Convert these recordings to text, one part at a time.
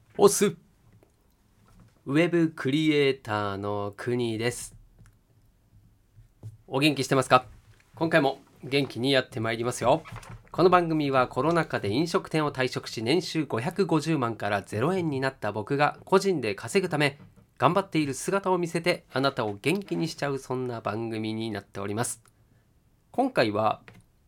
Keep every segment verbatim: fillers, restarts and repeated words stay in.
オスウェブクリエイターの国です。お元気してますか？今回も元気にやってまいりますよ。この番組はコロナ禍で飲食店を退職し年収ごひゃくごじゅうまんからゼロえんになった僕が個人で稼ぐため頑張っている姿を見せてあなたを元気にしちゃう、そんな番組になっております。今回は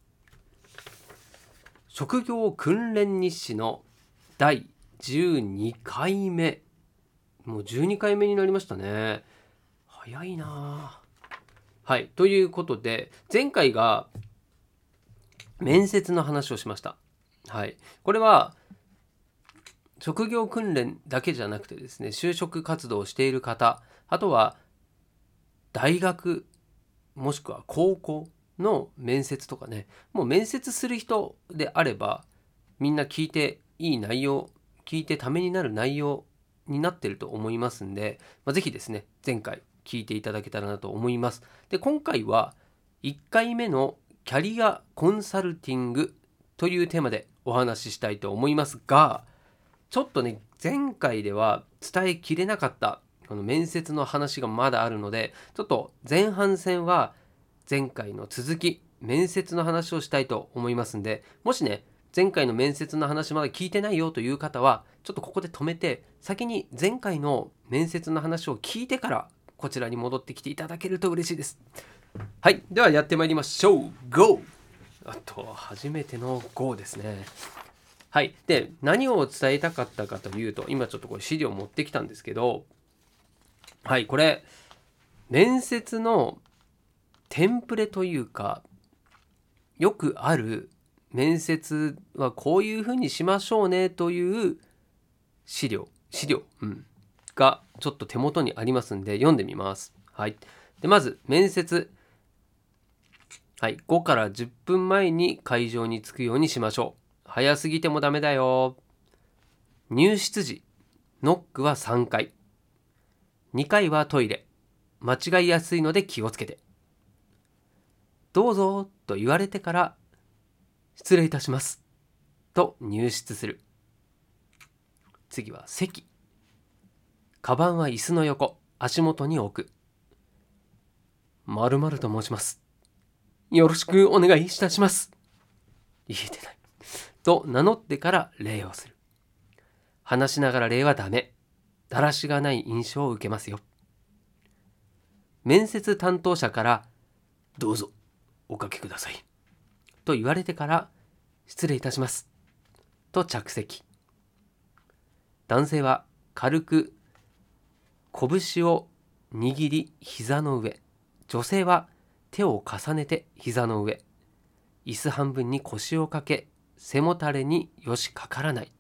職業訓練日誌のだいじゅうにかいめ、もうじゅうにかいめになりましたね。早いな。はい、ということで前回が面接の話をしました。はい、これは職業訓練だけじゃなくてですね、就職活動をしている方、あとは大学もしくは高校の面接とかね、もう面接する人であればみんな聞いていい内容、聞いてためになる内容になってると思いますんで、まあ、ぜひですね前回聞いていただけたらなと思います。で、今回はいっかいめのキャリアコンサルティングというテーマでお話ししたいと思いますが、ちょっとね前回では伝えきれなかったこの面接の話がまだあるので、ちょっと前半戦は前回の続き面接の話をしたいと思いますんで、もしね前回の面接の話まだ聞いてないよという方はちょっとここで止めて、先に前回の面接の話を聞いてからこちらに戻ってきていただけると嬉しいです。はい、ではやってまいりましょう。 ゴー。 あと初めての ゴー ですね。はい、で何を伝えたかったかというと、今ちょっとこれ資料持ってきたんですけど、はい、これ面接のテンプレというか、よくある面接はこういうふうにしましょうねという資料資料、うん、がちょっと手元にありますんで読んでみます。はい、でまず面接、はい、ごからじゅっぷんまえに会場に着くようにしましょう。早すぎてもダメだよ。入室時ノックはさんかい、にかいはトイレ、間違いやすいので気をつけて。どうぞと言われてから失礼いたしますと入室する。次は席、カバンは椅子の横、足元に置く。〇〇と申します、よろしくお願いいたします、言えてないと名乗ってから礼をする。話しながら礼はダメ。だらしがない印象を受けますよ。面接担当者からどうぞおかけくださいと言われてから失礼いたしますと着席。男性は軽く拳を握り膝の上、女性は手を重ねて膝の上、椅子半分に腰をかけ背もたれによしかからない。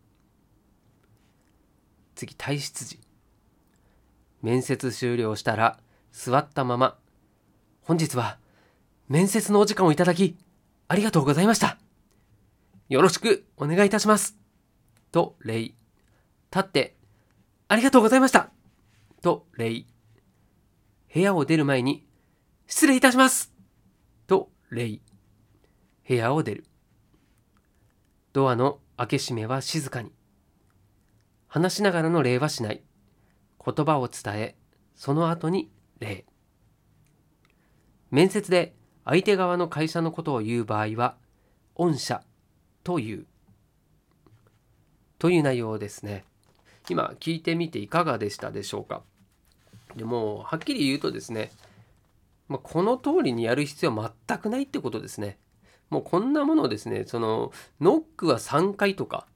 次、退出時、面接終了したら座ったまま、本日は面接のお時間をいただきありがとうございました、よろしくお願いいたしますと礼。立ってありがとうございましたと礼。部屋を出る前に失礼いたしますと礼。部屋を出る。ドアの開け閉めは静かに。話しながらの礼はしない。言葉を伝え、その後に礼。面接で相手側の会社のことを言う場合は御社というという内容ですね。今聞いてみていかがでしたでしょうか。でもはっきり言うとですね、まあ、この通りにやる必要は全くないってことですね。もうこんなものをですね、そのノックはさんかいとか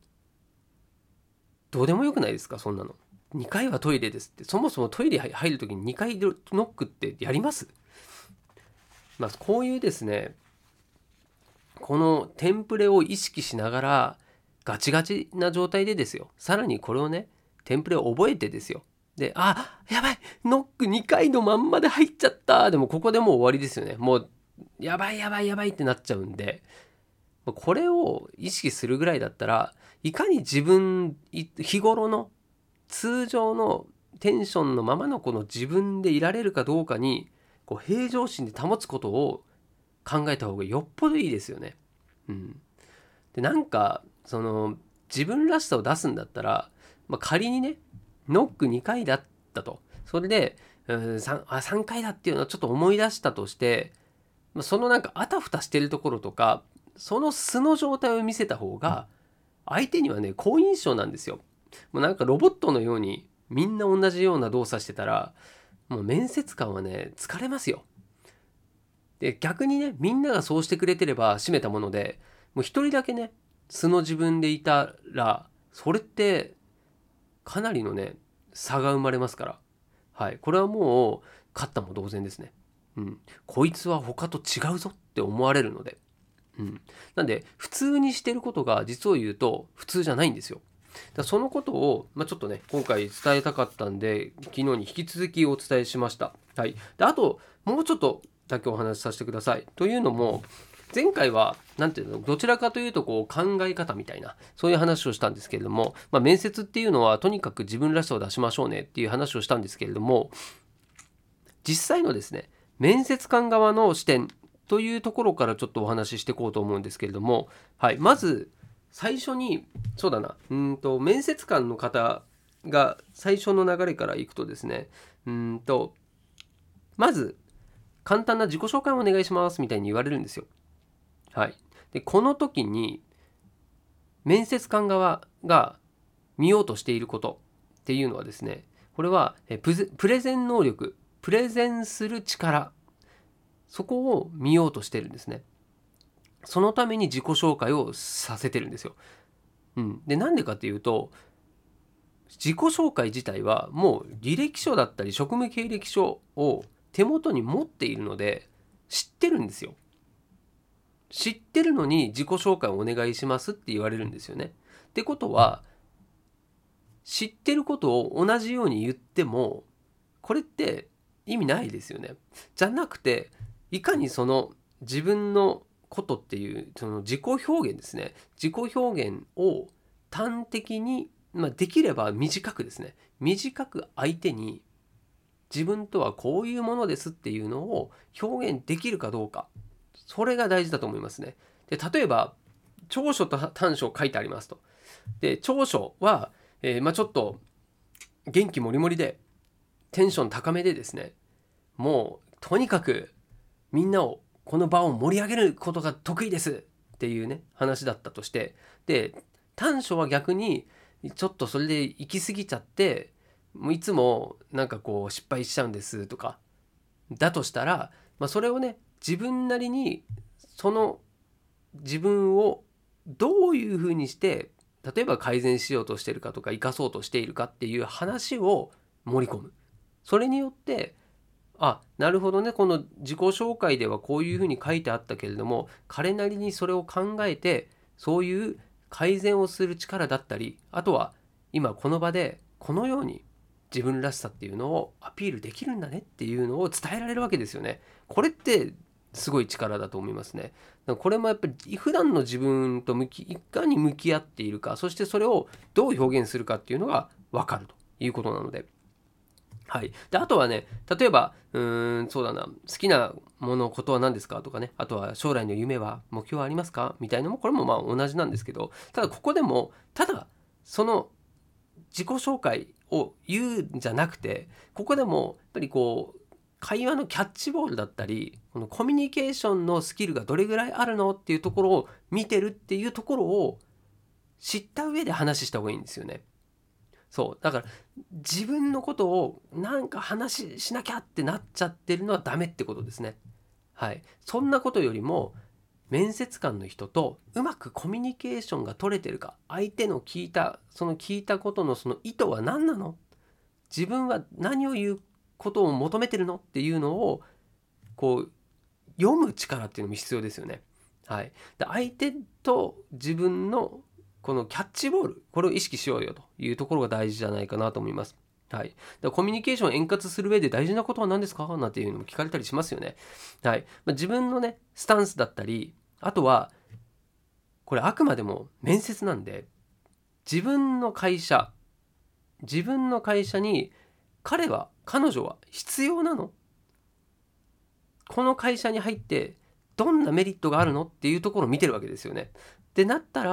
どうでもよくないですか、そんなの。にかいはトイレですって、そもそもトイレ入るときににかいノックってやります？まあこういうですね、このテンプレを意識しながらガチガチな状態でですよ、さらにこれをねテンプレを覚えてですよ、で、あ、やばい、ノックにかいのまんまで入っちゃった、でもここでもう終わりですよね。もうやばいやばいやばいってなっちゃうんで、これを意識するぐらいだったら、いかに自分日頃の通常のテンションのままのこの自分でいられるかどうかにこう平常心で保つことを考えた方がよっぽどいいですよね。うん、でなんかその自分らしさを出すんだったら、 まあ、仮にねノックにかいだったと、それでうん 3, あさんかいだっていうのはちょっと思い出したとして、まあ、そのなんかあたふたしてるところとかその素の状態を見せた方が相手にはね好印象なんですよ。もうなんかロボットのようにみんな同じような動作してたらもう面接官はね疲れますよ。で逆にねみんながそうしてくれてれば締めたもので、もう一人だけね素の自分でいたらそれってかなりのね差が生まれますから、はい、これはもう勝ったも同然ですね。うん、こいつは他と違うぞって思われるので、うん、なんで普通にしてることが実を言うと普通じゃないんですよ。だそのことを、まあ、ちょっとね今回伝えたかったんで昨日に引き続きお伝えしました。はい、であともうちょっとだけお話しさせてください。というのも前回は何ていうのどちらかというとこう考え方みたいなそういう話をしたんですけれども、まあ、面接っていうのはとにかく自分らしさを出しましょうねっていう話をしたんですけれども、実際のですね面接官側の視点というところからちょっとお話ししていこうと思うんですけれども、はい、まず最初にそうだなうんと面接官の方が最初の流れからいくとですね、うんとまず簡単な自己紹介をお願いしますみたいに言われるんですよ。はい、でこの時に面接官側が見ようとしていることっていうのはですね、これはプレゼン能力、プレゼンする力、そこを見ようとしてるんですね。そのために自己紹介をさせてるんですよ。うん、でなんでかっていうと自己紹介自体はもう履歴書だったり職務経歴書を手元に持っているので知ってるんですよ。知ってるのに自己紹介をお願いしますって言われるんですよね。ってことは知ってることを同じように言ってもこれって意味ないですよね。じゃなくていかにその自分のことっていうその自己表現ですね、自己表現を端的に、まあ、できれば短くですね短く相手に自分とはこういうものですっていうのを表現できるかどうか、それが大事だと思いますね。で例えば長所と短所書いてありますと。で長所は、えーまあ、ちょっと元気もりもりでテンション高めでですね、もうとにかくみんなをこの場を盛り上げることが得意ですっていうね話だったとして、で短所は逆にちょっとそれで行き過ぎちゃってもういつもなんかこう失敗しちゃうんですとかだとしたら、まあ、それをね自分なりにその自分をどういうふうにして例えば改善しようとしているかとか生かそうとしているかっていう話を盛り込む。それによってあ、なるほどね、この自己紹介ではこういうふうに書いてあったけれども彼なりにそれを考えてそういう改善をする力だったり、あとは今この場でこのように自分らしさっていうのをアピールできるんだねっていうのを伝えられるわけですよね。これってすごい力だと思いますね。だからこれもやっぱり普段の自分と向きいかに向き合っているか、そしてそれをどう表現するかっていうのが分かるということなので、はい、であとはね例えばうーんそうだな好きなものことは何ですかとかね、あとは将来の夢は目標はありますかみたいなのもこれもまあ同じなんですけど、ただここでもただその自己紹介を言うんじゃなくて、ここでもやっぱりこう会話のキャッチボールだったりこのコミュニケーションのスキルがどれぐらいあるのっていうところを見てるっていうところを知った上で話した方がいいんですよね。そうだから自分のことをなんか話しなきゃってなっちゃってるのはダメってことですね。はい、そんなことよりも面接官の人とうまくコミュニケーションが取れてるか、相手の聞いたその聞いたことのその意図は何なの、自分は何を言うことを求めてるのっていうのをこう読む力っていうのも必要ですよね。はい、で相手と自分のこのキャッチボール、これを意識しようよというところが大事じゃないかなと思います。はい、だからコミュニケーションを円滑する上で大事なことは何ですかなんていうのも聞かれたりしますよね。はい、まあ、自分のねスタンスだったり、あとはこれあくまでも面接なんで自分の会社自分の会社に彼は彼女は必要なの、この会社に入ってどんなメリットがあるのっていうところを見てるわけですよね。ってなったら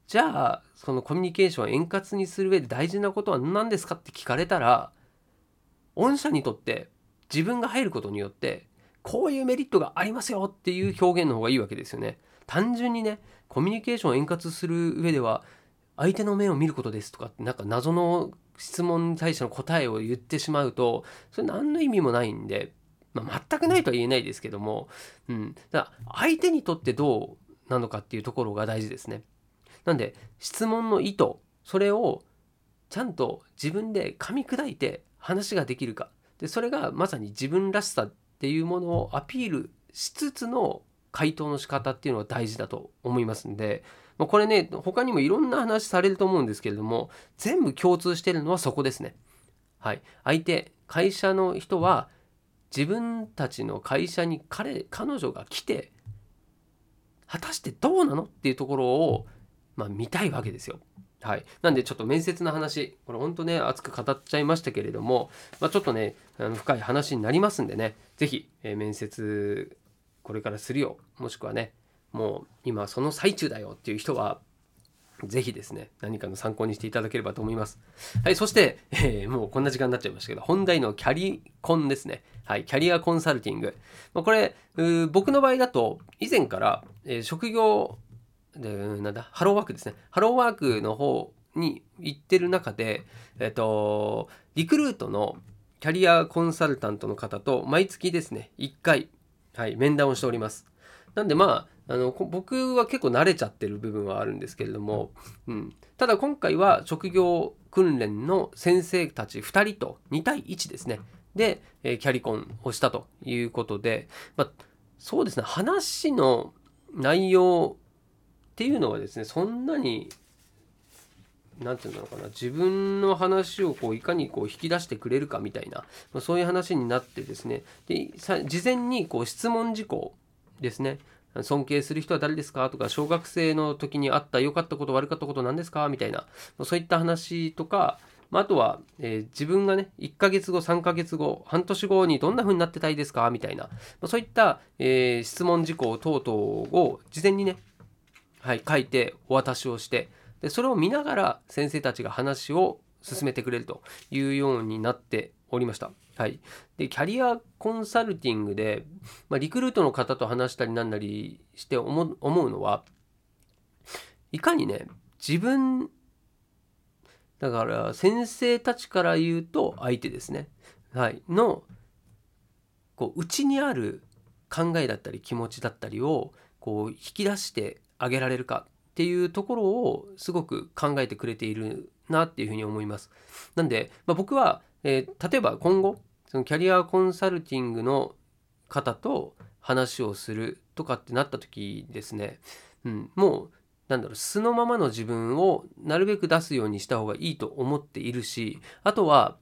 じゃあそのコミュニケーションを円滑にする上で大事なことは何ですかって聞かれたら、御社にとって自分が入ることによってこういうメリットがありますよっていう表現の方がいいわけですよね。単純にね、コミュニケーションを円滑する上では相手の目を見ることですとかってなんか謎の質問に対しての答えを言ってしまうと、それ何の意味もないんで、まあ、全くないとは言えないですけども、うん、だから相手にとってどうなのかっていうところが大事ですね。なんで質問の意図、それをちゃんと自分で噛み砕いて話ができるか。で、それがまさに自分らしさっていうものをアピールしつつの回答の仕方っていうのが大事だと思いますんで、まあ、これね、他にもいろんな話されると思うんですけれども、全部共通してるのはそこですね。はい。相手、会社の人は自分たちの会社に彼、彼女が来て、果たしてどうなのっていうところを、まあ、見たいわけですよ。はい、なんでちょっと面接の話、これ本当ね熱く語っちゃいましたけれども、まあ、ちょっとねあの深い話になりますんでね、ぜひ、えー面接これからするよ、もしくはねもう今その最中だよっていう人はぜひですね何かの参考にしていただければと思います。はい、そして、えーもうこんな時間になっちゃいましたけど、本題のキャリコンですね。はい、キャリアコンサルティング、まあ、これ僕の場合だと以前から、えー職業でなんだハローワークですね。ハローワークの方に行ってる中で、えっと、リクルートのキャリアコンサルタントの方と毎月ですね、いっかい、はい、面談をしております。なんでまあ、あの僕は結構慣れちゃってる部分はあるんですけれども、うん、ただ今回は職業訓練の先生たちふたりとに対いちですね。で、キャリコンをしたということで、まあ、そうですね、話の内容っていうのはですね、そんなに何て言うのかな、自分の話をこういかにこう引き出してくれるかみたいな、まあ、そういう話になってですね、でさ事前にこう質問事項ですね、尊敬する人は誰ですかとか、小学生の時にあった良かったこと悪かったこと何ですかみたいな、そういった話とか、まあ、あとは、えー自分がねいっかげつごさんかげつご半年後にどんな風になってたいですかみたいな、まあ、そういった、えー質問事項等々を事前にね、はい、書いてお渡しをして、でそれを見ながら先生たちが話を進めてくれるというようになっておりました。はい、でキャリアコンサルティングで、まあ、リクルートの方と話したりなんなりして思う思うのは、いかにね自分だから先生たちから言うと相手ですね、はい、のこう内にある考えだったり気持ちだったりをこう引き出してあげられるかっていうところをすごく考えてくれているなっていうふうに思います。なんで、まあ、僕は、えー例えば今後そのキャリアコンサルティングの方と話をするとかってなった時ですね、うん、もうなんだろう素のままの自分をなるべく出すようにした方がいいと思っているし、あとは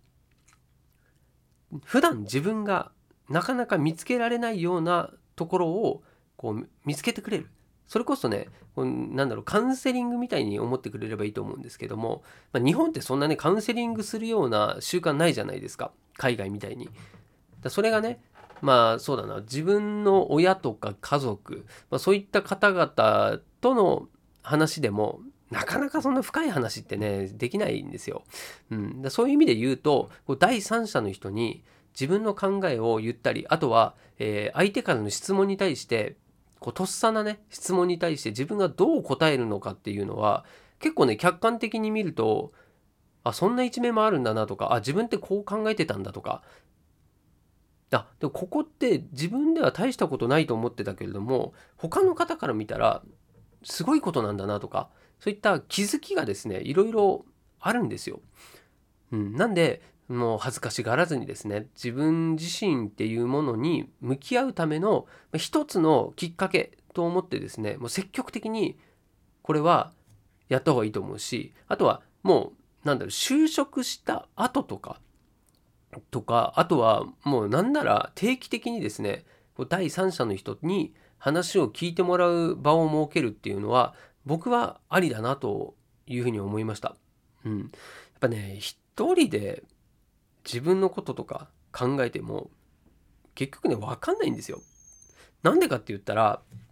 普段自分がなかなか見つけられないようなところをこう見つけてくれる。それこそね、こうなんだろう、カウンセリングみたいに思ってくれればいいと思うんですけども、まあ、日本ってそんなね、カウンセリングするような習慣ないじゃないですか。海外みたいに。だそれがね、まあそうだな、自分の親とか家族、まあ、そういった方々との話でも、なかなかそんな深い話ってね、できないんですよ。うん、だそういう意味で言うと、こう第三者の人に自分の考えを言ったり、あとは、えー相手からの質問に対して、こうとっさなね、質問に対して自分がどう答えるのかっていうのは、結構ね、客観的に見ると、あ、そんな一面もあるんだなとか、あ、自分ってこう考えてたんだとか、あ、でもここって自分では大したことないと思ってたけれども、他の方から見たらすごいことなんだなとか、そういった気づきがですね、いろいろあるんですよ。うん、なんで、もう恥ずかしがらずにですね、自分自身っていうものに向き合うためのまあ一つのきっかけと思ってですね、もう積極的にこれはやった方がいいと思うし、あとはもう、なんだろう、就職した後とか、とか、あとはもうなんなら定期的にですね、こう第三者の人に話を聞いてもらう場を設けるっていうのは、僕はありだなというふうに思いました。うん。やっぱね、一人で自分のこととか考えても、結局ね、わかんないんですよ。なんでかって言ったら、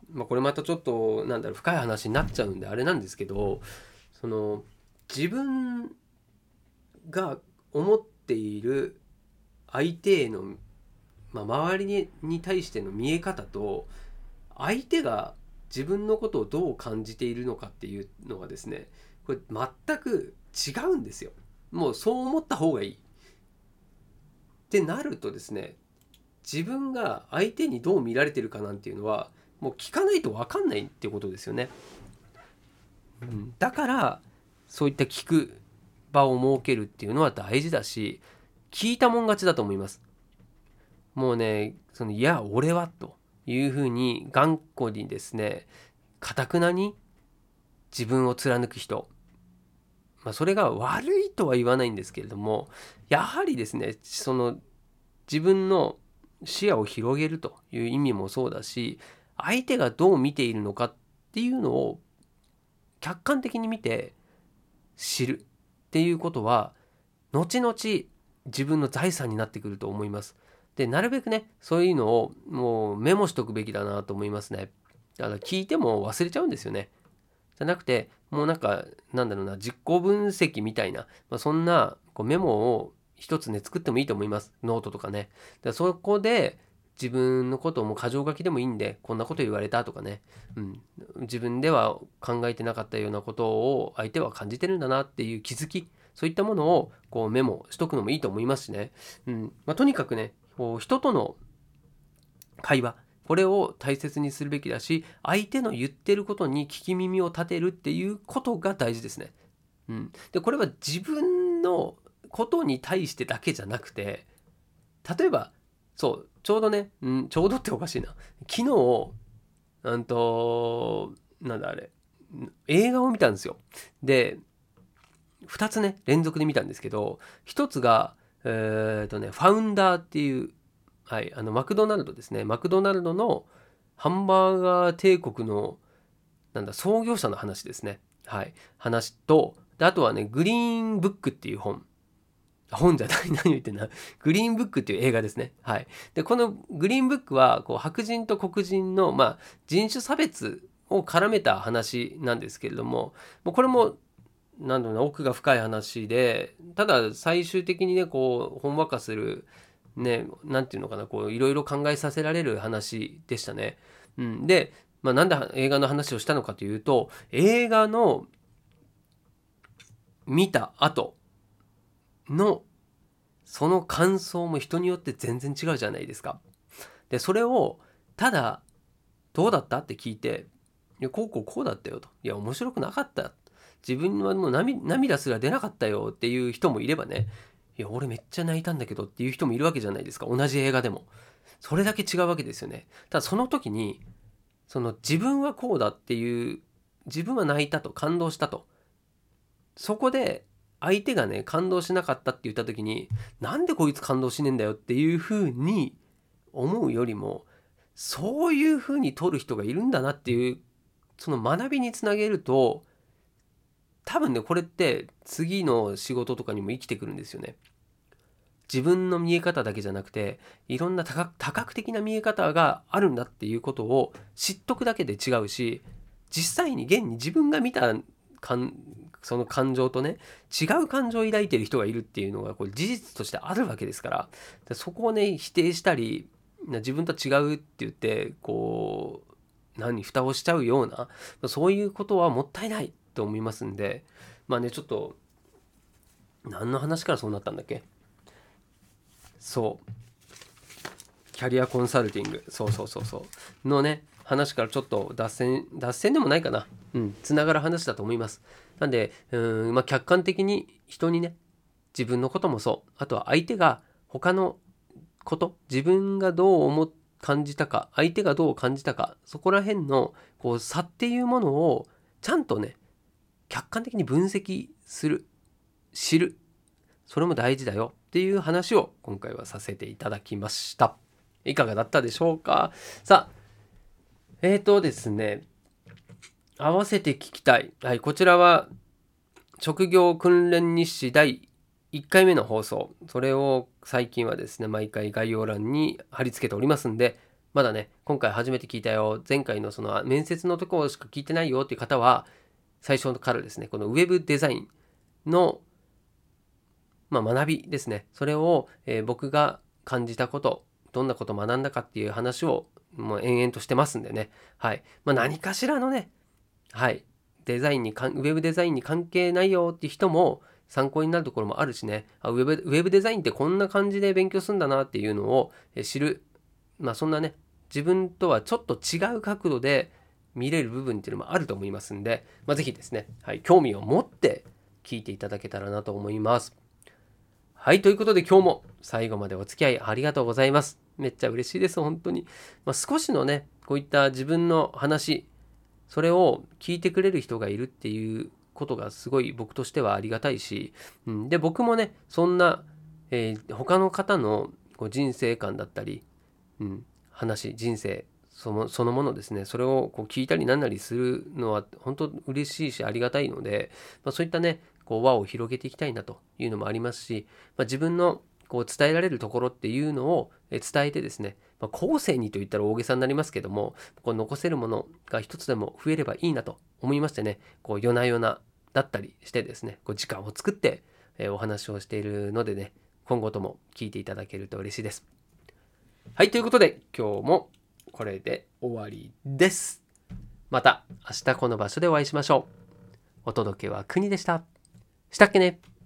まあ、これまたちょっとなんだろう深い話になっちゃうんであれなんですけど、その自分が思っている相手への、まあ、周りにに対しての見え方と相手が自分のことをどう感じているのかっていうのがですね、これ全く違うんですよ。もうそう思った方がいいってなるとですね、自分が相手にどう見られてるかなんていうのはもう聞かないと分かんないっていうことですよね。うん、だからそういった聞く場を設けるっていうのは大事だし、聞いたもん勝ちだと思います。もうね、そのいや俺はというふうに頑固にですね、頑くなに自分を貫く人、まあ、それが悪いとは言わないんですけれども、やはりですね、その自分の視野を広げるという意味もそうだし、相手がどう見ているのかっていうのを客観的に見て知るっていうことは後々自分の財産になってくると思います。で、なるべくね、そういうのをもうメモしとくべきだなと思いますね。だから聞いても忘れちゃうんですよね。じゃなくて、もうなんか、なんだろうな、実行分析みたいな、まあ、そんなこうメモを一つね、作ってもいいと思います。ノートとかね。でそこで自分のことをもう箇条書きでもいいんで、こんなこと言われたとかね、うん、自分では考えてなかったようなことを相手は感じてるんだなっていう気づき、そういったものをこうメモしとくのもいいと思いますしね。うんまあ、とにかくね、こう人との会話、これを大切にするべきだし、相手の言ってることに聞き耳を立てるっていうことが大事ですね。うん、でこれは自分のことに対してだけじゃなくて、例えばそうちょうどね、うん、ちょうどっておかしいな、昨日うんとなんだあれ映画を見たんですよ。でふたつね連続で見たんですけど、ひとつがえっとねファウンダーっていう、はい、あのマクドナルドですね。マクドナルドのハンバーガー帝国のなんだ創業者の話ですね。はい、話と、であとはねグリーンブックっていう本、本じゃない、何言ってんだ、グリーンブックっていう映画ですね。はい。でこのグリーンブックはこう白人と黒人の、まあ、人種差別を絡めた話なんですけれども、もうこれもなんだろうな、奥が深い話で、ただ最終的にねこうほんわかするね、なんていうのかな、こういろいろ考えさせられる話でしたね。うん、で、まあ、なんで映画の話をしたのかというと、映画の見た後のその感想も人によって全然違うじゃないですか。でそれをただどうだったって聞いて、いやこうこうこうだったよと、いや面白くなかった、自分はもう 涙, 涙すら出なかったよっていう人もいればね、いや俺めっちゃ泣いたんだけどっていう人もいるわけじゃないですか。同じ映画でもそれだけ違うわけですよね。ただその時にその自分はこうだっていう、自分は泣いたと、感動したと、そこで相手がね感動しなかったって言った時に、なんでこいつ感動しねえんだよっていう風に思うよりも、そういう風に取る人がいるんだなっていうその学びにつなげると、多分ねこれって次の仕事とかにも生きてくるんですよね。自分の見え方だけじゃなくて、いろんな多角多角的な見え方があるんだっていうことを知っとくだけで違うし、実際に現に自分が見た感その感情とね違う感情を抱いている人がいるっていうのがこれ事実としてあるわけですから、そこをね否定したり自分と違うって言ってこう何蓋をしちゃうような、そういうことはもったいないと思いますんで、まあねちょっと何の話からそうなったんだっけ。そうキャリアコンサルティング、そうそうそうそうのね話からちょっと脱線脱線でもないかな、うんつながる話だと思います。なんでうーん、まあ、客観的に人にね、自分のこともそう、あとは相手が他のこと、自分がどう思っ感じたか、相手がどう感じたか、そこら辺のこう差っていうものをちゃんとね客観的に分析する、知る、それも大事だよっていう話を今回はさせていただきました。いかがだったでしょうか。さあえーとですね合わせて聞きたい、はい、こちらは職業訓練日誌だいいっかいめの放送、それを最近はですね毎回概要欄に貼り付けておりますんで、 まだね、今回初めて聞いたよ、前回のその面接のところしか聞いてないよっていう方は、最初からですね、このウェブデザインの、まあ、学びですね、それを、えー僕が感じたこと、どんなことを学んだかっていう話をもう延々としてますんでね、はい。まあ、何かしらのね、はい、デザインにかん、ウェブデザインに関係ないよっていう人も参考になるところもあるしね、あウェブ、ウェブデザインってこんな感じで勉強するんだなっていうのをえ知る、まあそんなね、自分とはちょっと違う角度で見れる部分っていうのもあると思いますんで、まあ、ぜひですね、はい、興味を持って聞いていただけたらなと思います。はい、ということで今日も最後までお付き合いありがとうございます。めっちゃ嬉しいです、本当に。まあ、少しのね、こういった自分の話、それを聞いてくれる人がいるっていうことがすごい僕としてはありがたいし、うん、で、僕もね、そんな、えー他の方のこう人生観だったり、うん、話、人生その、そのものですね、それをこう聞いたりなんなりするのは本当嬉しいしありがたいので、まあ、そういったね、こう輪を広げていきたいなというのもありますし、まあ、自分のこう伝えられるところっていうのをえ伝えてですね、まあ、後世にと言ったら大げさになりますけども、こう残せるものが一つでも増えればいいなと思いましてね、こう夜な夜なだったりしてですね、こう時間を作って、えーお話をしているのでね、今後とも聞いていただけると嬉しいです。はい、ということで今日もこれで終わりです。また明日この場所でお会いしましょう。お届けは国でした。したっけね。